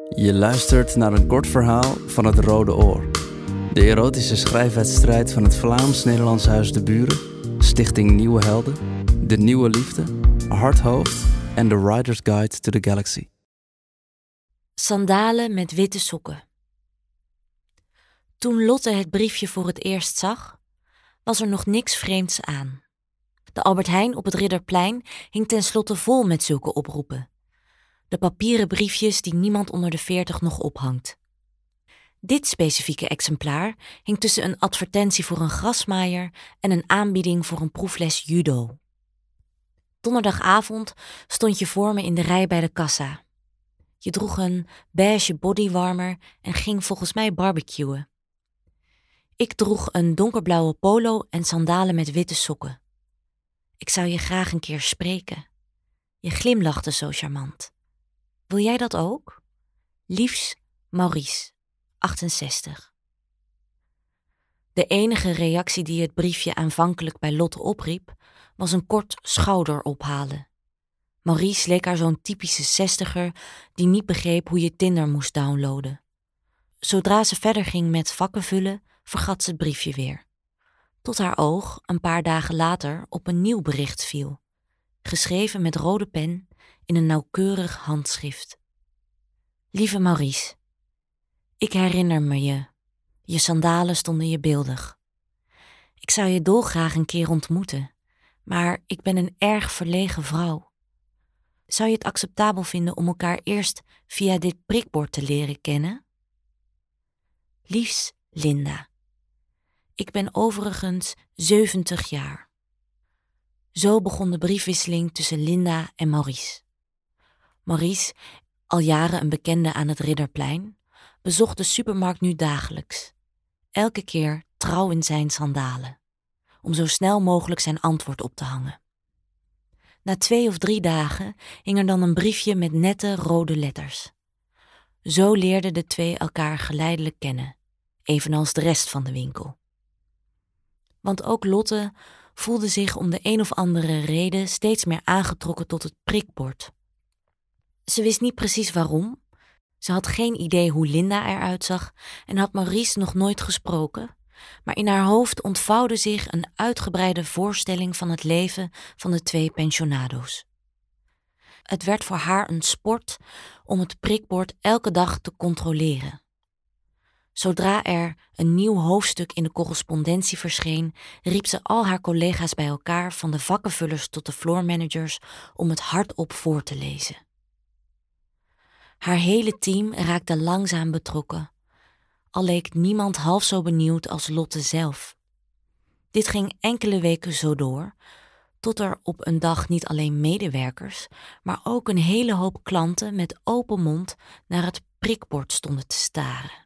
Je luistert naar een kort verhaal van het Rode Oor. De erotische schrijfwedstrijd van het Vlaams-Nederlands Huis de Buren, Stichting Nieuwe Helden, De Nieuwe Liefde, Hardhoofd en The Rider's Guide to the Galaxy. Sandalen met witte sokken. Toen Lotte het briefje voor het eerst zag, was er nog niks vreemds aan. De Albert Heijn op het Ridderplein hing tenslotte vol met zulke oproepen. De papieren briefjes die niemand onder de 40 nog ophangt. Dit specifieke exemplaar hing tussen een advertentie voor een grasmaaier en een aanbieding voor een proefles judo. Donderdagavond stond je voor me in de rij bij de kassa. Je droeg een beige bodywarmer en ging volgens mij barbecuen. Ik droeg een donkerblauwe polo en sandalen met witte sokken. Ik zou je graag een keer spreken. Je glimlachte zo charmant. Wil jij dat ook? Liefs, Maurice, 68. De enige reactie die het briefje aanvankelijk bij Lotte opriep, was een kort schouderophalen. Maurice leek haar zo'n typische 60er die niet begreep hoe je Tinder moest downloaden. Zodra ze verder ging met vakken vullen, vergat ze het briefje weer. Tot haar oog een paar dagen later op een nieuw bericht viel. Geschreven met rode pen in een nauwkeurig handschrift. Lieve Maurice, ik herinner me je. Je sandalen stonden je beeldig. Ik zou je dolgraag een keer ontmoeten, maar ik ben een erg verlegen vrouw. Zou je het acceptabel vinden om elkaar eerst via dit prikbord te leren kennen? Liefs, Linda. Ik ben overigens 70 jaar. Zo begon de briefwisseling tussen Linda en Maurice. Maurice, al jaren een bekende aan het Ridderplein, bezocht de supermarkt nu dagelijks. Elke keer trouw in zijn sandalen, om zo snel mogelijk zijn antwoord op te hangen. Na 2 of 3 dagen hing er dan een briefje met nette rode letters. Zo leerden de twee elkaar geleidelijk kennen, evenals de rest van de winkel. Want ook Lotte voelde zich om de een of andere reden steeds meer aangetrokken tot het prikbord. Ze wist niet precies waarom. Ze had geen idee hoe Linda eruit zag en had Maurice nog nooit gesproken, maar in haar hoofd ontvouwde zich een uitgebreide voorstelling van het leven van de 2 pensionado's. Het werd voor haar een sport om het prikbord elke dag te controleren. Zodra er een nieuw hoofdstuk in de correspondentie verscheen, riep ze al haar collega's bij elkaar, van de vakkenvullers tot de floormanagers, om het hardop voor te lezen. Haar hele team raakte langzaam betrokken, al leek niemand half zo benieuwd als Lotte zelf. Dit ging enkele weken zo door, tot er op een dag niet alleen medewerkers, maar ook een hele hoop klanten met open mond naar het prikbord stonden te staren.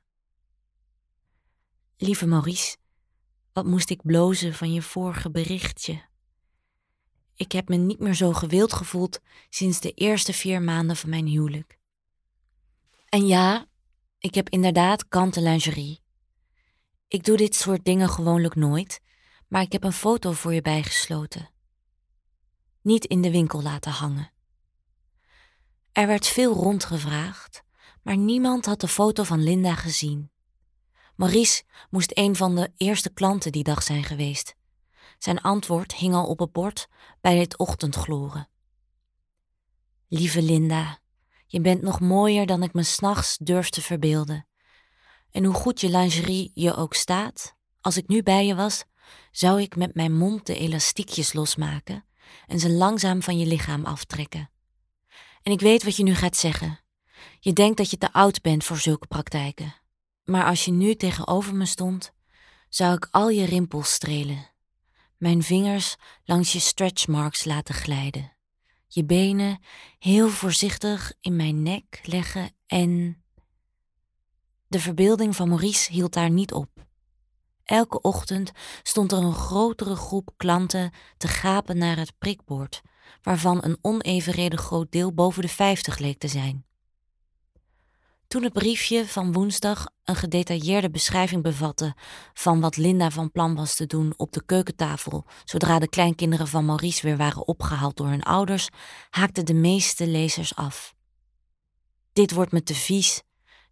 Lieve Maurice, wat moest ik blozen van je vorige berichtje. Ik heb me niet meer zo gewild gevoeld sinds de eerste 4 maanden van mijn huwelijk. En ja, ik heb inderdaad kanten lingerie. Ik doe dit soort dingen gewoonlijk nooit, maar ik heb een foto voor je bijgesloten. Niet in de winkel laten hangen. Er werd veel rondgevraagd, maar niemand had de foto van Linda gezien. Maurice moest een van de eerste klanten die dag zijn geweest. Zijn antwoord hing al op het bord bij het ochtendgloren. Lieve Linda, je bent nog mooier dan ik me 's nachts durf te verbeelden. En hoe goed je lingerie je ook staat, als ik nu bij je was, zou ik met mijn mond de elastiekjes losmaken en ze langzaam van je lichaam aftrekken. En ik weet wat je nu gaat zeggen. Je denkt dat je te oud bent voor zulke praktijken. Maar als je nu tegenover me stond, zou ik al je rimpels strelen. Mijn vingers langs je stretchmarks laten glijden. Je benen heel voorzichtig in mijn nek leggen en... De verbeelding van Maurice hield daar niet op. Elke ochtend stond er een grotere groep klanten te gapen naar het prikbord, waarvan een onevenredig groot deel boven de 50 leek te zijn. Toen het briefje van woensdag een gedetailleerde beschrijving bevatte van wat Linda van plan was te doen op de keukentafel, zodra de kleinkinderen van Maurice weer waren opgehaald door hun ouders, haakten de meeste lezers af. Dit wordt me te vies,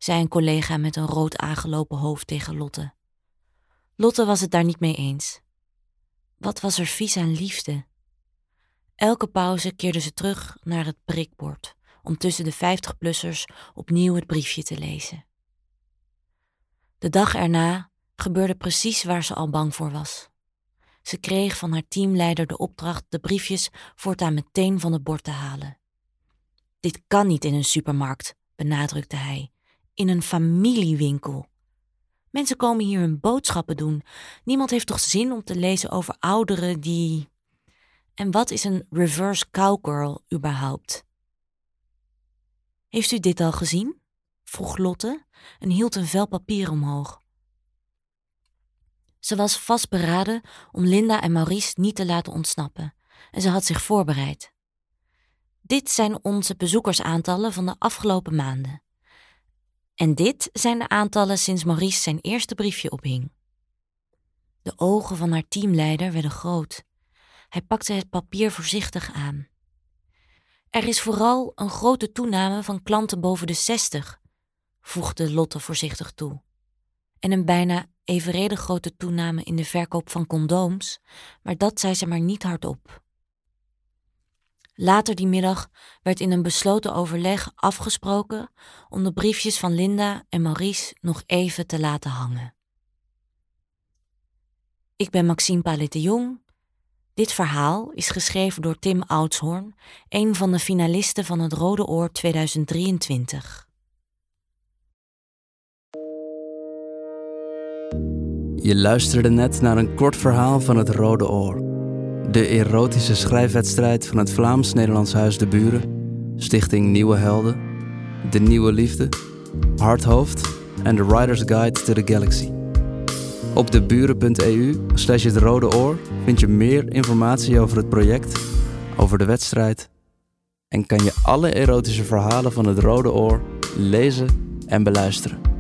zei een collega met een rood aangelopen hoofd tegen Lotte. Lotte was het daar niet mee eens. Wat was er vies aan liefde? Elke pauze keerde ze terug naar het prikbord om tussen de 50-plussers opnieuw het briefje te lezen. De dag erna gebeurde precies waar ze al bang voor was. Ze kreeg van haar teamleider de opdracht de briefjes voortaan meteen van het bord te halen. Dit kan niet in een supermarkt, benadrukte hij. In een familiewinkel. Mensen komen hier hun boodschappen doen. Niemand heeft toch zin om te lezen over ouderen die... En wat is een reverse cowgirl überhaupt? Heeft u dit al gezien? Vroeg Lotte en hield een vel papier omhoog. Ze was vastberaden om Linda en Maurice niet te laten ontsnappen en ze had zich voorbereid. Dit zijn onze bezoekersaantallen van de afgelopen maanden. En dit zijn de aantallen sinds Maurice zijn eerste briefje ophing. De ogen van haar teamleider werden groot. Hij pakte het papier voorzichtig aan. Er is vooral een grote toename van klanten boven de 60, voegde Lotte voorzichtig toe. En een bijna evenredig grote toename in de verkoop van condooms, maar dat zei ze maar niet hardop. Later die middag werd in een besloten overleg afgesproken om de briefjes van Linda en Maurice nog even te laten hangen. Ik ben Maxime Palet de Jong. Dit verhaal is geschreven door Tim Oudshoorn, een van de finalisten van het Rode Oor 2023. Je luisterde net naar een kort verhaal van het Rode Oor. De erotische schrijfwedstrijd van het Vlaams-Nederlands Huis de Buren, Stichting Nieuwe Helden, De Nieuwe Liefde, Hardhoofd en The Writer's Guide to the Galaxy. Op deburen.eu/het Rode Oor vind je meer informatie over het project, over de wedstrijd en kan je alle erotische verhalen van het Rode Oor lezen en beluisteren.